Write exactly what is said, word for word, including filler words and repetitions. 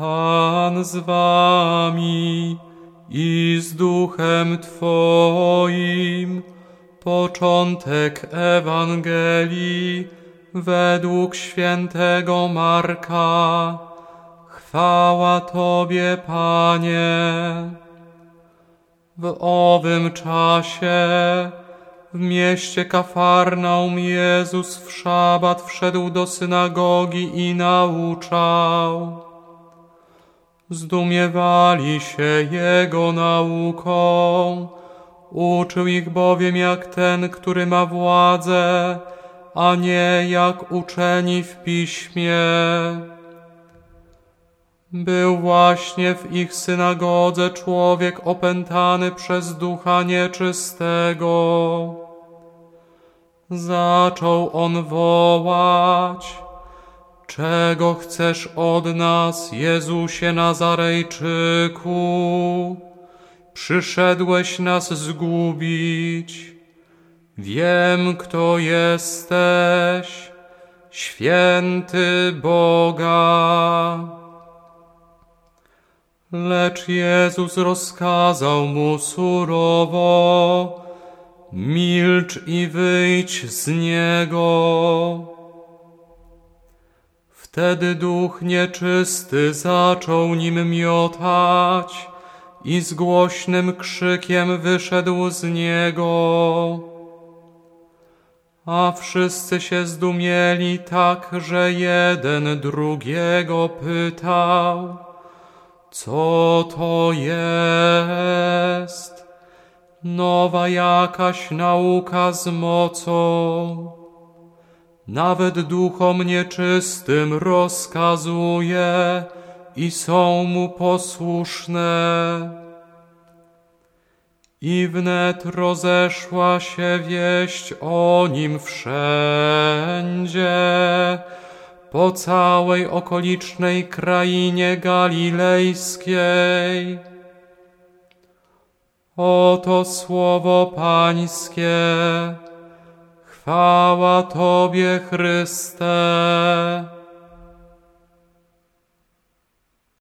Pan z wami i z duchem Twoim. Początek Ewangelii według świętego Marka. Chwała Tobie, Panie. W owym czasie w mieście Kafarnaum Jezus w szabat wszedł do synagogi i nauczał. Zdumiewali się Jego nauką, uczył ich bowiem jak ten, który ma władzę, a nie jak uczeni w piśmie. Był właśnie w ich synagodze człowiek opętany przez ducha nieczystego. Zaczął on wołać: czego chcesz od nas, Jezusie Nazarejczyku? Przyszedłeś nas zgubić. Wiem, kto jesteś, święty Boga. Lecz Jezus rozkazał mu surowo: milcz i wyjdź z niego. Wtedy duch nieczysty zaczął nim miotać i z głośnym krzykiem wyszedł z niego. A wszyscy się zdumieli tak, że jeden drugiego pytał: co to jest? Nowa jakaś nauka z mocą. Nawet duchom nieczystym rozkazuje i są mu posłuszne. I wnet rozeszła się wieść o nim wszędzie, po całej okolicznej krainie galilejskiej. Oto słowo Pańskie. Chwała Tobie, Chryste.